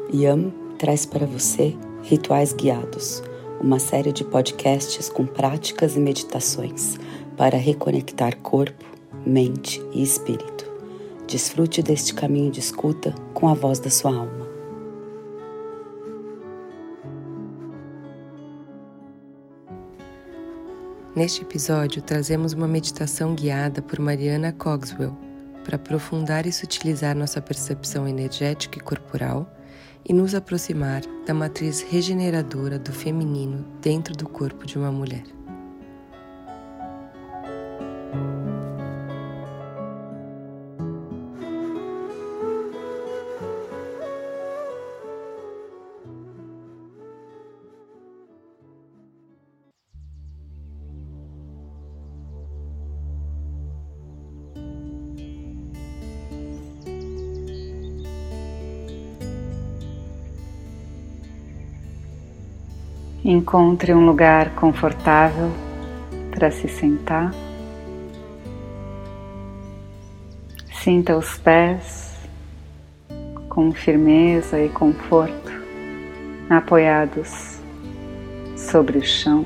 Yam traz para você Rituais Guiados, uma série de podcasts com práticas e meditações para reconectar corpo, mente e espírito. Desfrute deste caminho de escuta com a voz da sua alma. Neste episódio, trazemos uma meditação guiada por Mariana Cogswell para aprofundar e sutilizar nossa percepção energética e corporal e nos aproximar da matriz regeneradora do feminino dentro do corpo de uma mulher. Encontre um lugar confortável para se sentar. Sinta os pés com firmeza e conforto, apoiados sobre o chão,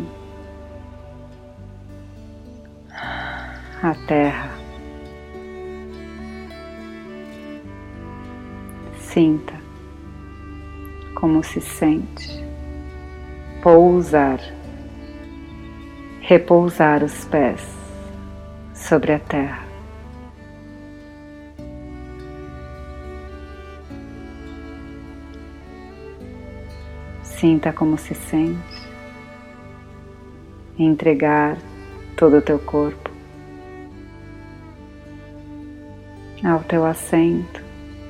a terra. Sinta como se sente. Repousar os pés sobre a terra. Sinta como se sente entregar todo o teu corpo ao teu assento.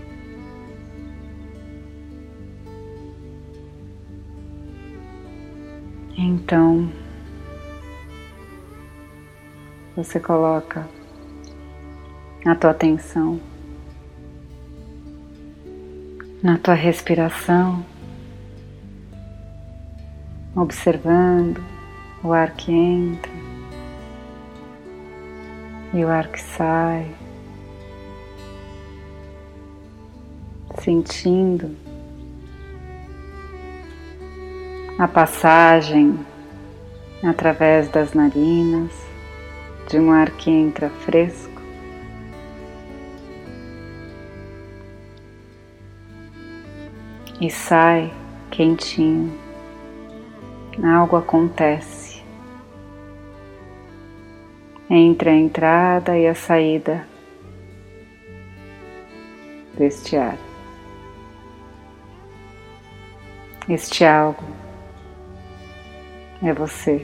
Então, você coloca a tua atenção na tua respiração, observando o ar que entra e o ar que sai, sentindo a passagem através das narinas de um ar que entra fresco e sai quentinho. Algo acontece entre a entrada e a saída deste ar. Este algo é você.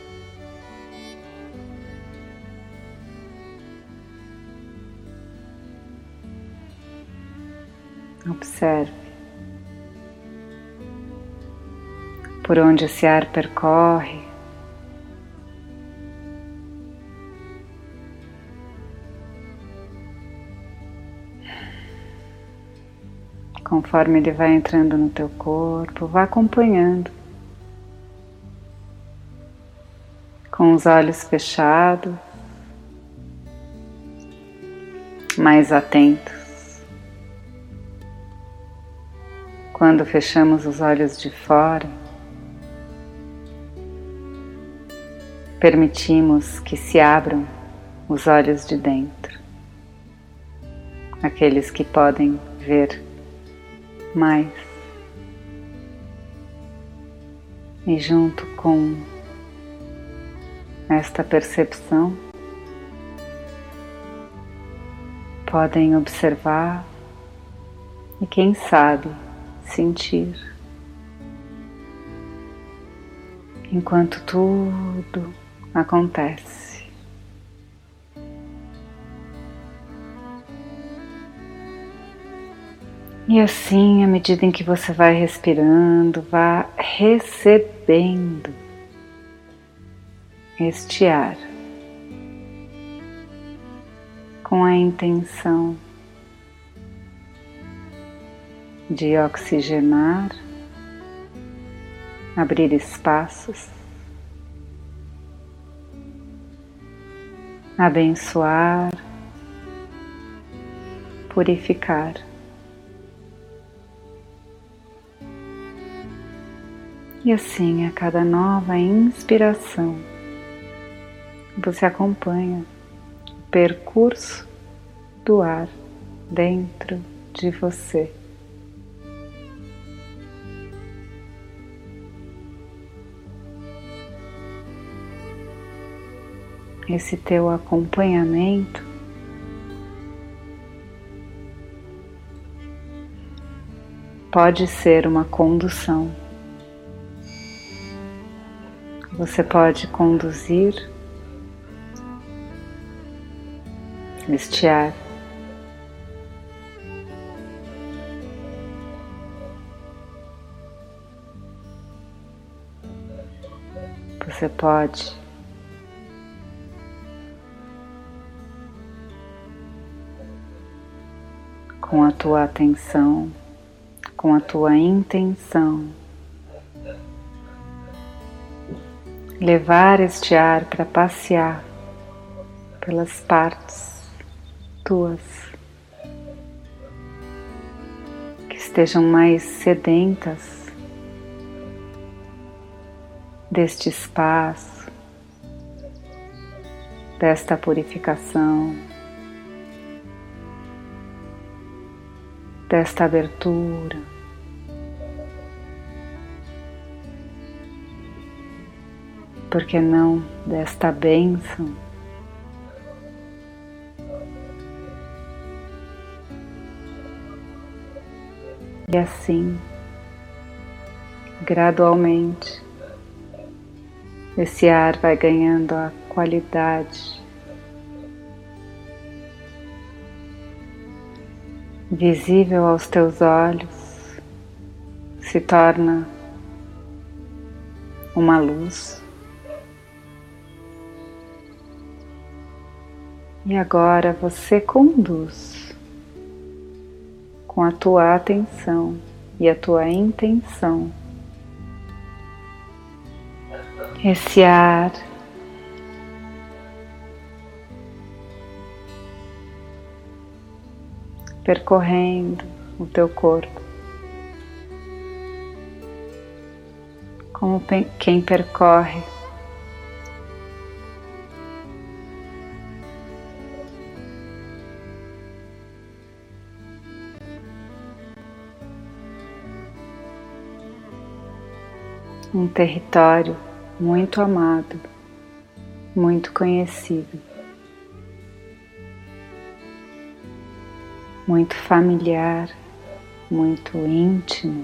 Observe por onde esse ar percorre. Conforme ele vai entrando no teu corpo, vá acompanhando. Com os olhos fechados, mais atentos. Quando fechamos os olhos de fora, permitimos que se abram os olhos de dentro, aqueles que podem ver mais. E junto com esta percepção, podem observar e, quem sabe, sentir, enquanto tudo acontece. E assim, à medida em que você vai respirando, vá recebendo este ar com a intenção de oxigenar, abrir espaços, abençoar, purificar. E assim, a cada nova inspiração, você acompanha o percurso do ar dentro de você. Esse teu acompanhamento pode ser uma condução. Você pode conduzir este ar. Você pode com a tua atenção, com a tua intenção, levar este ar para passear pelas partes tuas que estejam mais sedentas deste espaço, desta purificação, desta abertura. Por que não desta bênção? E assim, gradualmente, esse ar vai ganhando a qualidade visível aos teus olhos, se torna uma luz. E agora você conduz com a tua atenção e a tua intenção esse ar percorrendo o teu corpo, como quem percorre um território muito amado, muito conhecido, muito familiar, muito íntimo.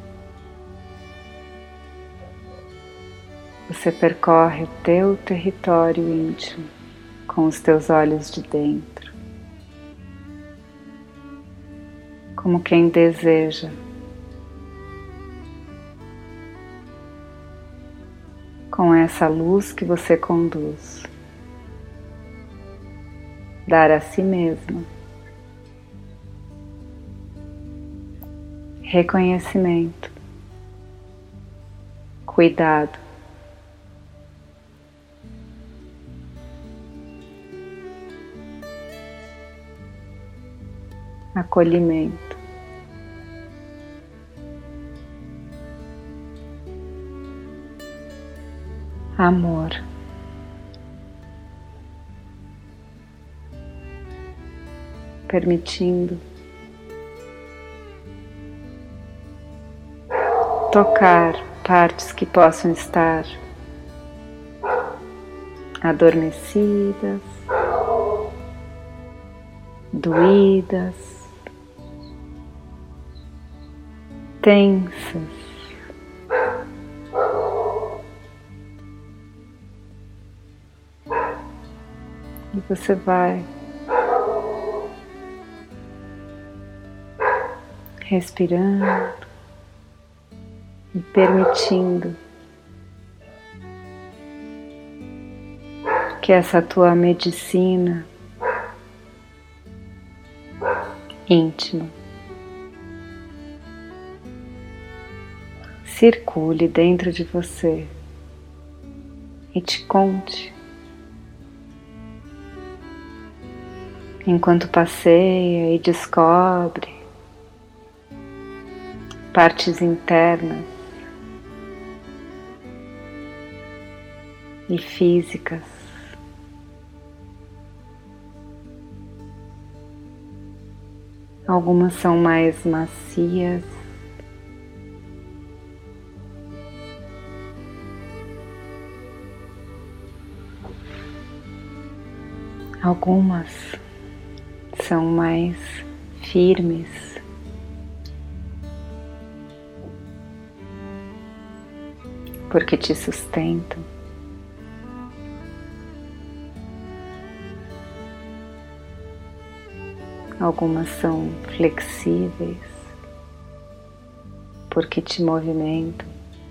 Você percorre o teu território íntimo com os teus olhos de dentro, como quem deseja com essa luz que você conduz, dar a si mesma reconhecimento, cuidado, acolhimento. Amor. Permitindo tocar partes que possam estar adormecidas, doídas, tensas. E você vai respirando e permitindo que essa tua medicina íntima circule dentro de você e te conte, enquanto passeia e descobre partes internas e físicas. Algumas são mais macias, algumas são mais firmes, porque te sustentam. Algumas são flexíveis, porque te movimentam.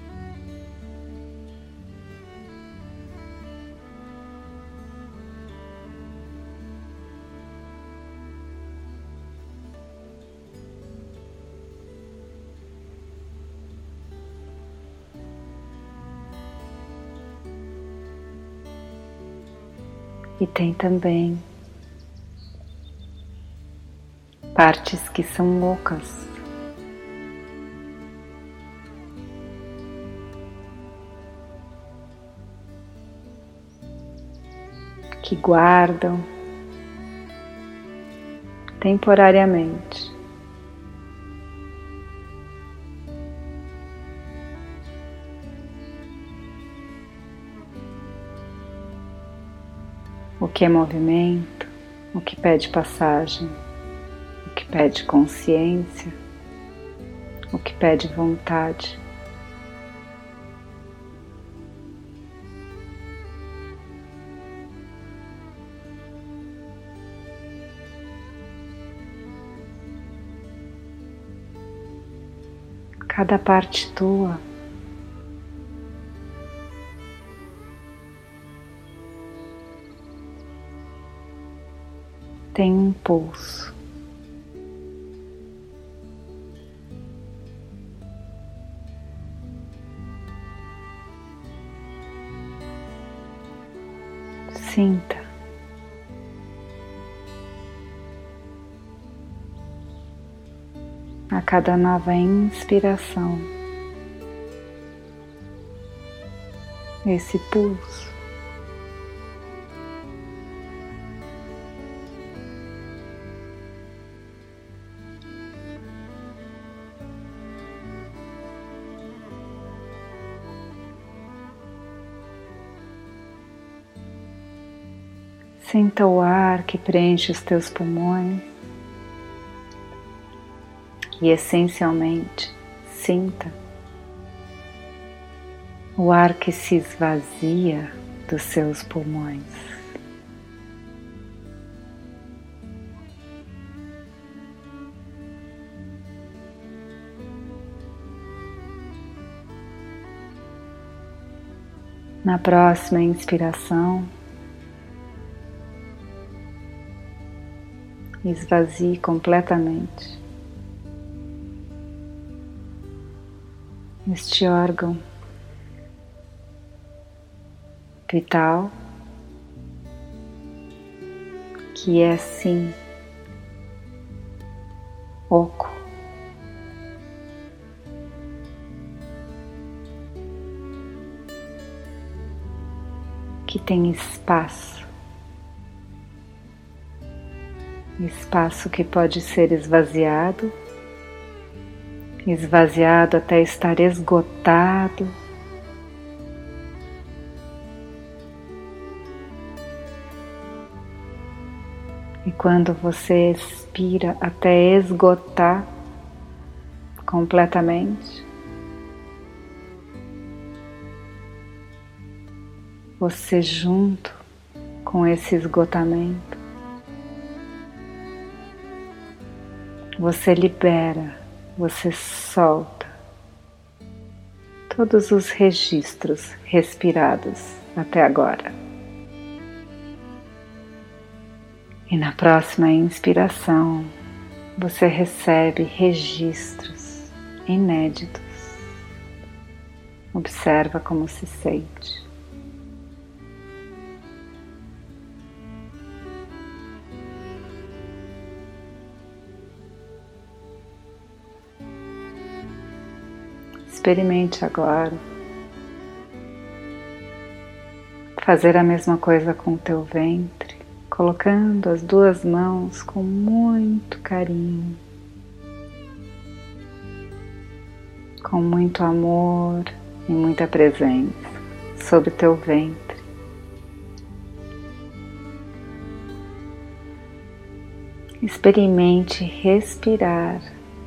E tem também partes que são loucas, que guardam temporariamente o que é movimento, o que pede passagem, o que pede consciência, o que pede vontade. Cada parte tua tem um pulso. Sinta. A cada nova inspiração, esse pulso. Sinta o ar que preenche os teus pulmões e, essencialmente, sinta o ar que se esvazia dos seus pulmões. Na próxima inspiração, esvazie completamente este órgão vital que é sim oco, que tem espaço que pode ser esvaziado até estar esgotado. E quando você expira até esgotar completamente, você junto com esse esgotamento, você libera, você solta todos os registros respirados até agora. E na próxima inspiração, você recebe registros inéditos. Observa como se sente. Experimente agora fazer a mesma coisa com o teu ventre, colocando as duas mãos com muito carinho, com muito amor e muita presença sobre o teu ventre. Experimente respirar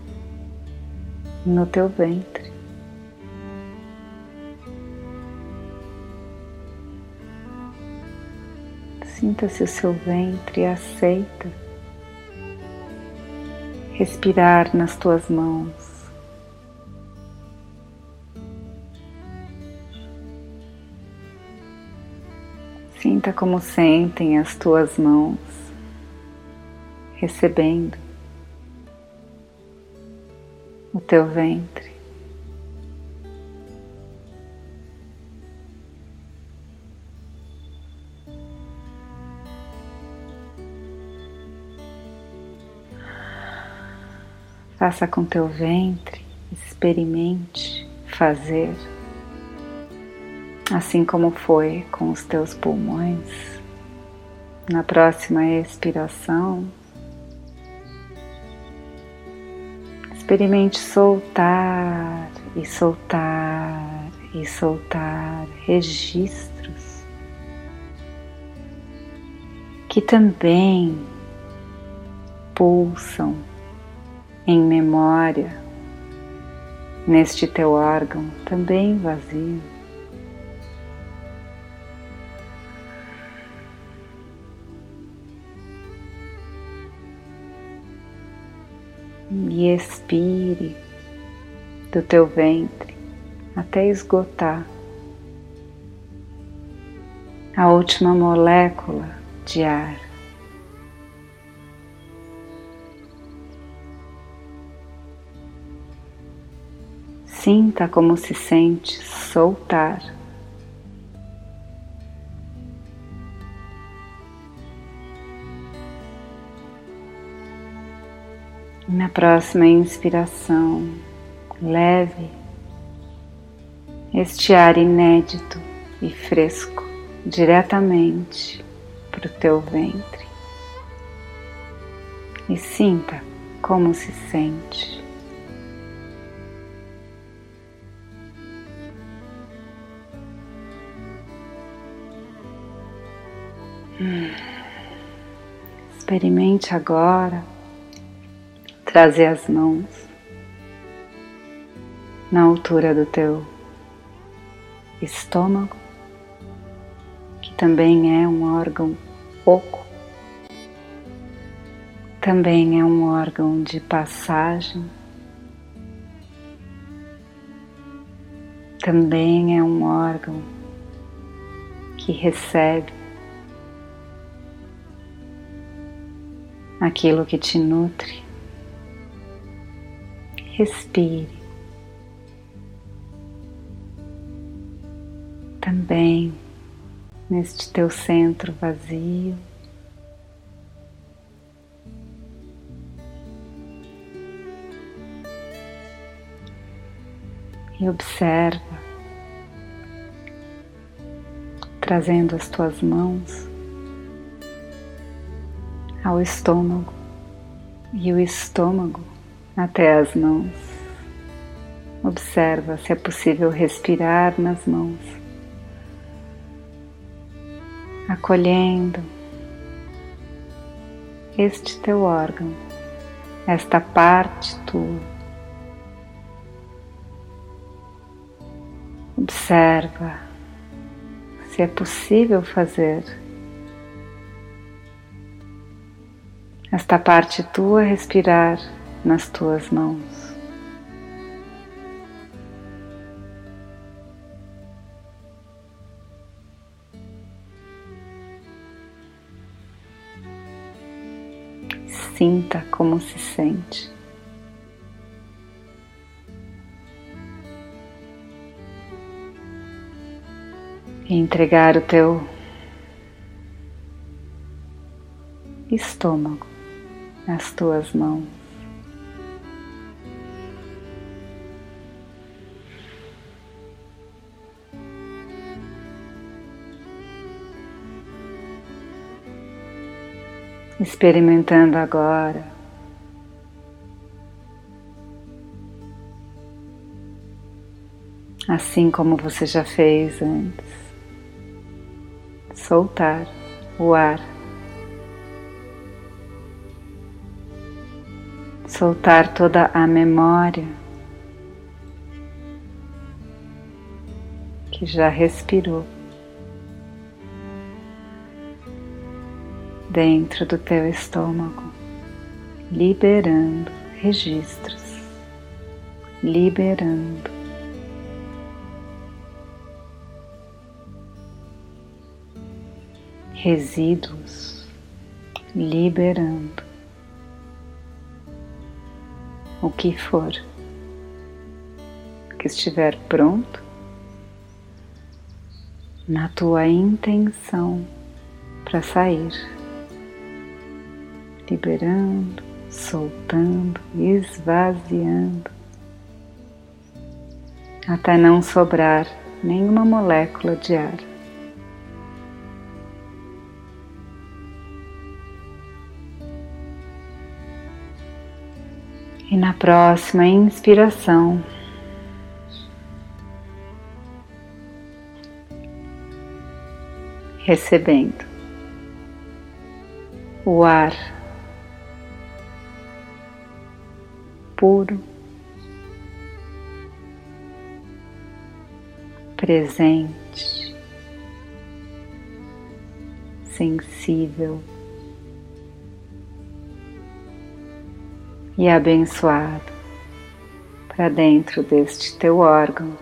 no teu ventre. Sinta se o seu ventre aceita respirar nas tuas mãos. Sinta como sentem as tuas mãos recebendo o teu ventre. Faça com teu ventre, experimente fazer, assim como foi com os teus pulmões. Na próxima expiração, experimente soltar e soltar e soltar registros que também pulsam em memória neste teu órgão também vazio. E expire do teu ventre até esgotar a última molécula de ar. Sinta como se sente soltar. Na próxima inspiração, leve este ar inédito e fresco diretamente para o teu ventre e sinta como se sente. Experimente agora trazer as mãos na altura do teu estômago, que também é um órgão oco, também é um órgão de passagem, também é um órgão que recebe aquilo que te nutre. Respire. Também neste teu centro vazio. E observa, trazendo as tuas mãos ao estômago e o estômago até as mãos. Observa se é possível respirar nas mãos, acolhendo este teu órgão, esta parte tua. Observa se é possível fazer esta parte tua respirar nas tuas mãos. Sinta como se sente. E entregar o teu estômago nas tuas mãos. experimentando agora assim como você já fez antes, soltar o ar, soltar toda a memória que já respirou dentro do teu estômago, liberando registros, liberando resíduos, liberando o que for que estiver pronto na tua intenção para sair, liberando, soltando, esvaziando, até não sobrar nenhuma molécula de ar. E na próxima inspiração, recebendo o ar puro, presente, sensível e abençoado para dentro deste teu órgão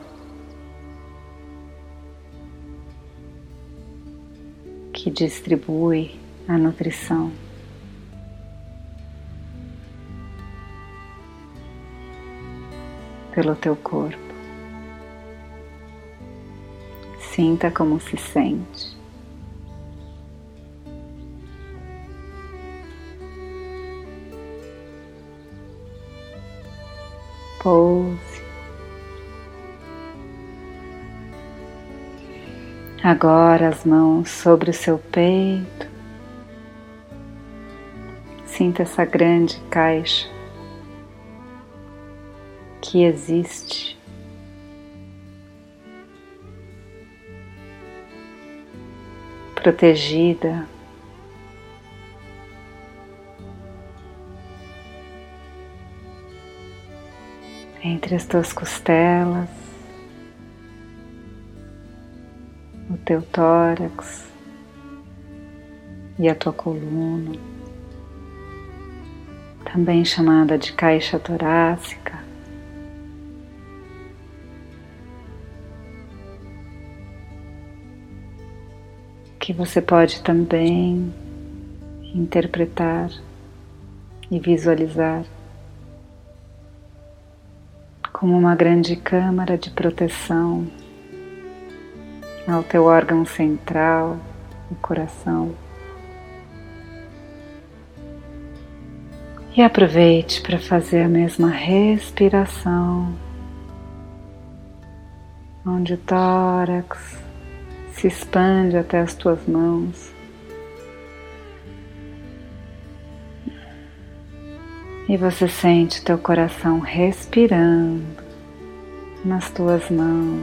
que distribui a nutrição. Pelo teu corpo. Sinta como se sente. Pouse. Agora as mãos sobre o seu peito. Sinta essa grande caixa que existe. Protegida entre as tuas costelas, o teu tórax e a tua coluna, também chamada de caixa torácica. Que você pode também interpretar e visualizar como uma grande câmara de proteção ao teu órgão central, o coração. E aproveite para fazer a mesma respiração, onde o tórax se expande até as tuas mãos. E você sente teu coração respirando nas tuas mãos.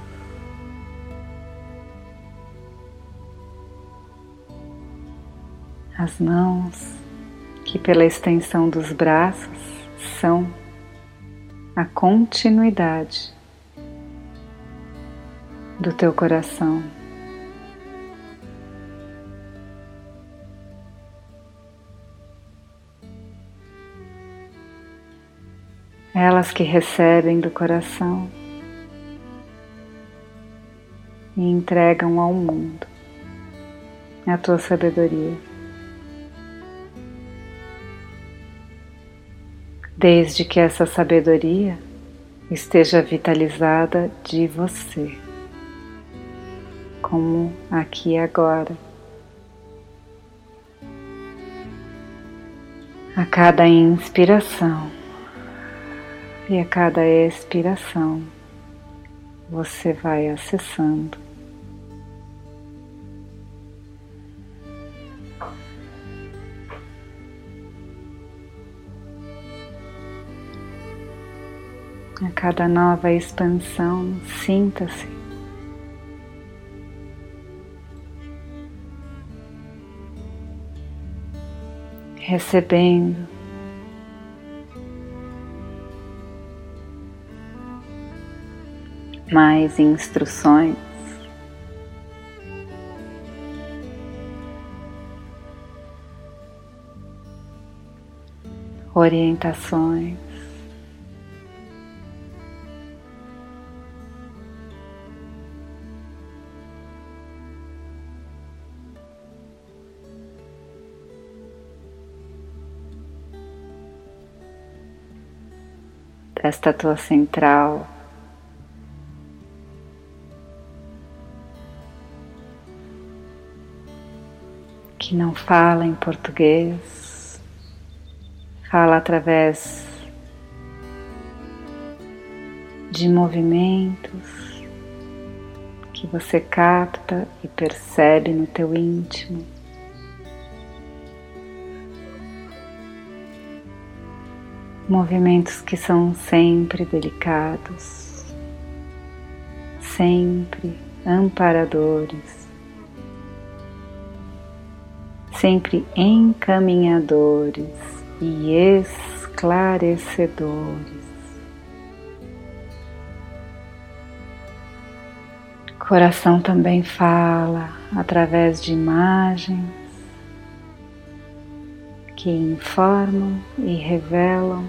As mãos que pela extensão dos braços são a continuidade do teu coração. Elas que recebem do coração e entregam ao mundo a tua sabedoria. Desde que essa sabedoria esteja vitalizada de você, como aqui e agora. A cada inspiração e a cada expiração, você vai acessando A cada nova expansão, sinta-se recebendo mais instruções, orientações, desta tua central, que não fala em português, fala através de movimentos que você capta e percebe no teu íntimo. Movimentos que são sempre delicados, sempre amparadores, sempre encaminhadores e esclarecedores. O coração também fala através de imagens que informam e revelam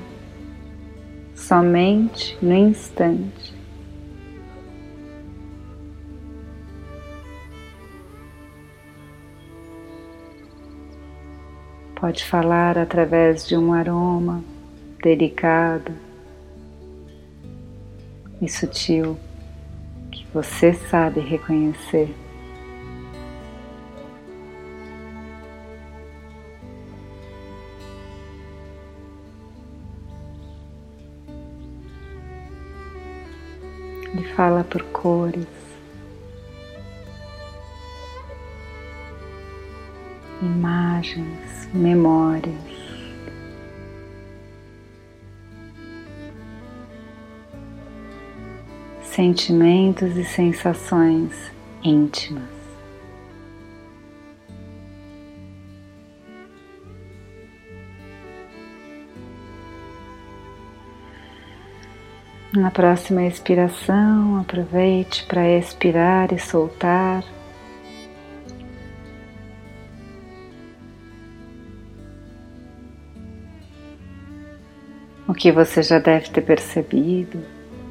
somente no instante. Pode falar através de um aroma delicado e sutil que você sabe reconhecer. Ele fala por cores, imagens, memórias. Sentimentos e sensações íntimas. Na próxima expiração, aproveite para expirar e soltar. O que você já deve ter percebido.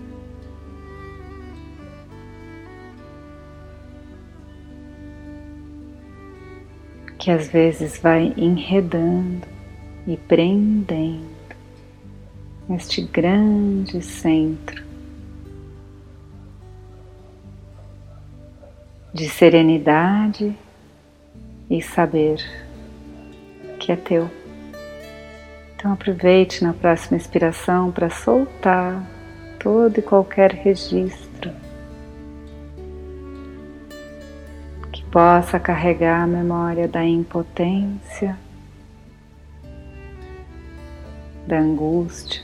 Que às vezes vai enredando e prendendo este grande centro de serenidade e saber que é teu. Então aproveite na próxima inspiração para soltar todo e qualquer registro que possa carregar a memória da impotência, da angústia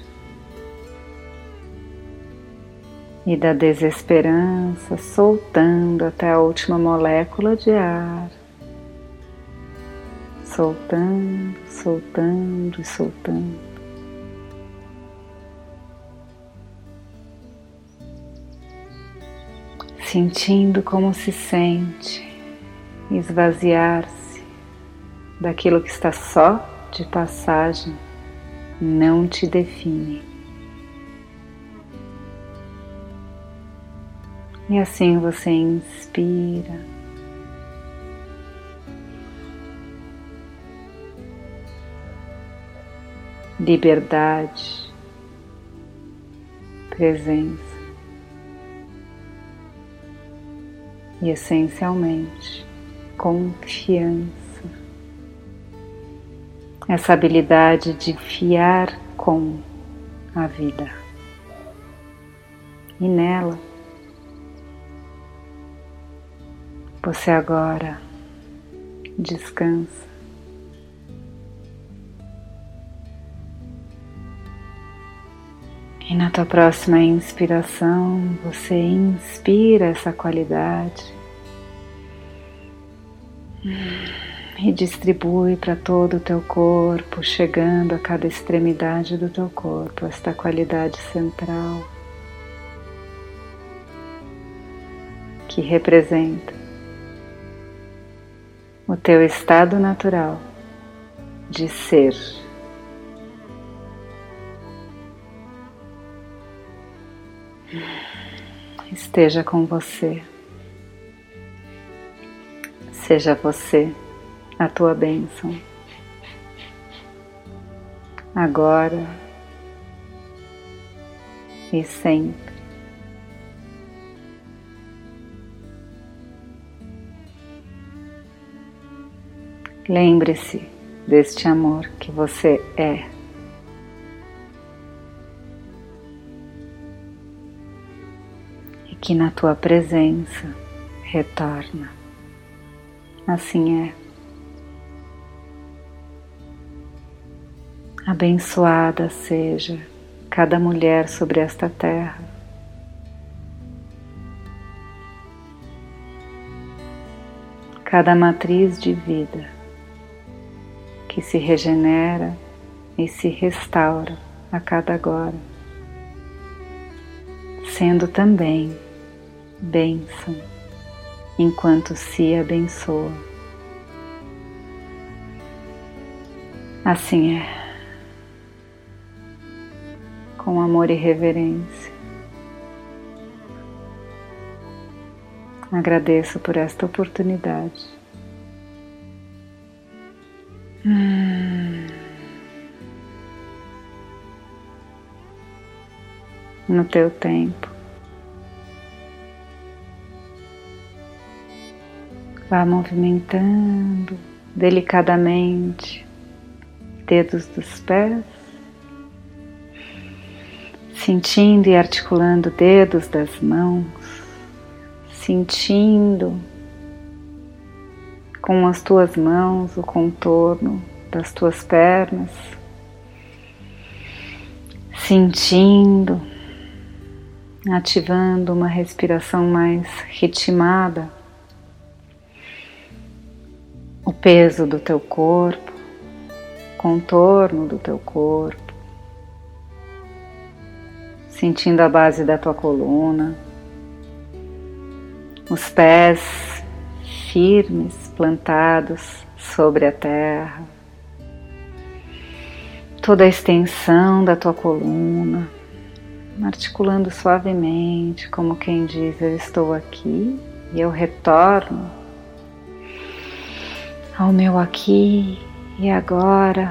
e da desesperança, soltando até a última molécula de ar, soltando, soltando e soltando. Sentindo como se sente esvaziar-se daquilo que está só de passagem, não te define. E assim você inspira, liberdade, presença e essencialmente confiança. Essa habilidade de fiar com a vida. E nela você agora descansa. E na tua próxima inspiração, você inspira essa qualidade e distribui para todo o teu corpo, chegando a cada extremidade do teu corpo, esta qualidade central que representa o teu estado natural de ser. Esteja com você, seja você a tua bênção, agora e sempre. Lembre-se deste amor que você é. Que na tua presença retorna. Assim é. Abençoada seja cada mulher sobre esta terra. Cada matriz de vida que se regenera e se restaura a cada agora, sendo também bênção, enquanto se abençoa. Assim é, com amor e reverência. Agradeço por esta oportunidade. No teu tempo. Vá movimentando delicadamente dedos dos pés, sentindo e articulando dedos das mãos, sentindo com as tuas mãos o contorno das tuas pernas, sentindo, ativando uma respiração mais ritmada, o peso do teu corpo, contorno do teu corpo, sentindo a base da tua coluna, os pés firmes, plantados sobre a terra, toda a extensão da tua coluna, articulando suavemente, como quem diz: eu estou aqui e eu retorno ao meu aqui e agora,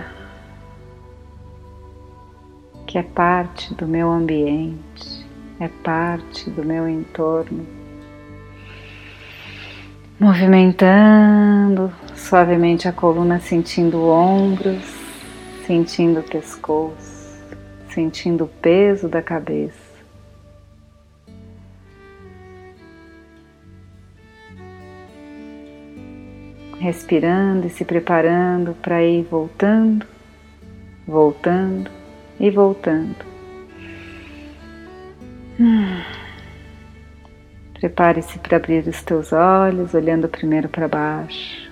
que é parte do meu ambiente, é parte do meu entorno. Movimentando suavemente a coluna, sentindo ombros, sentindo o pescoço, sentindo o peso da cabeça. Respirando e se preparando para ir voltando, voltando e voltando. Prepare-se para abrir os teus olhos, olhando primeiro para baixo.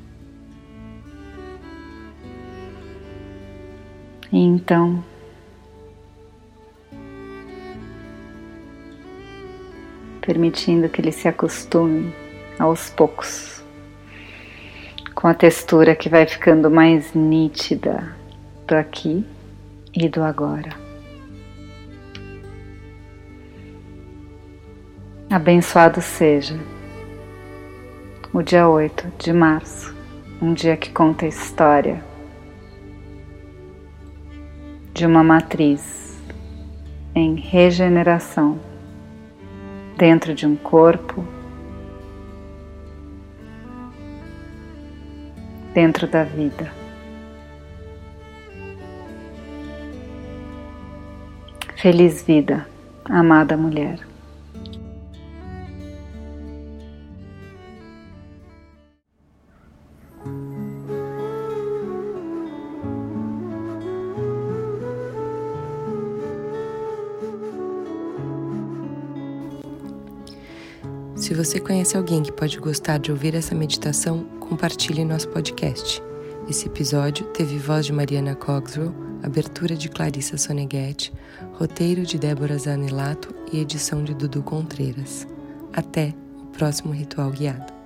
E então, permitindo que ele se acostume aos poucos com a textura que vai ficando mais nítida do aqui e do agora. Abençoado seja o dia 8 de março, um dia que conta a história de uma matriz em regeneração dentro de um corpo, dentro da vida. Feliz vida, amada mulher. Se você conhece alguém que pode gostar de ouvir essa meditação, compartilhe nosso podcast. Esse episódio teve voz de Mariana Cogswell, abertura de Clarissa Soneghetti, roteiro de Débora Zanelato e edição de Dudu Contreiras. Até o próximo Ritual Guiado.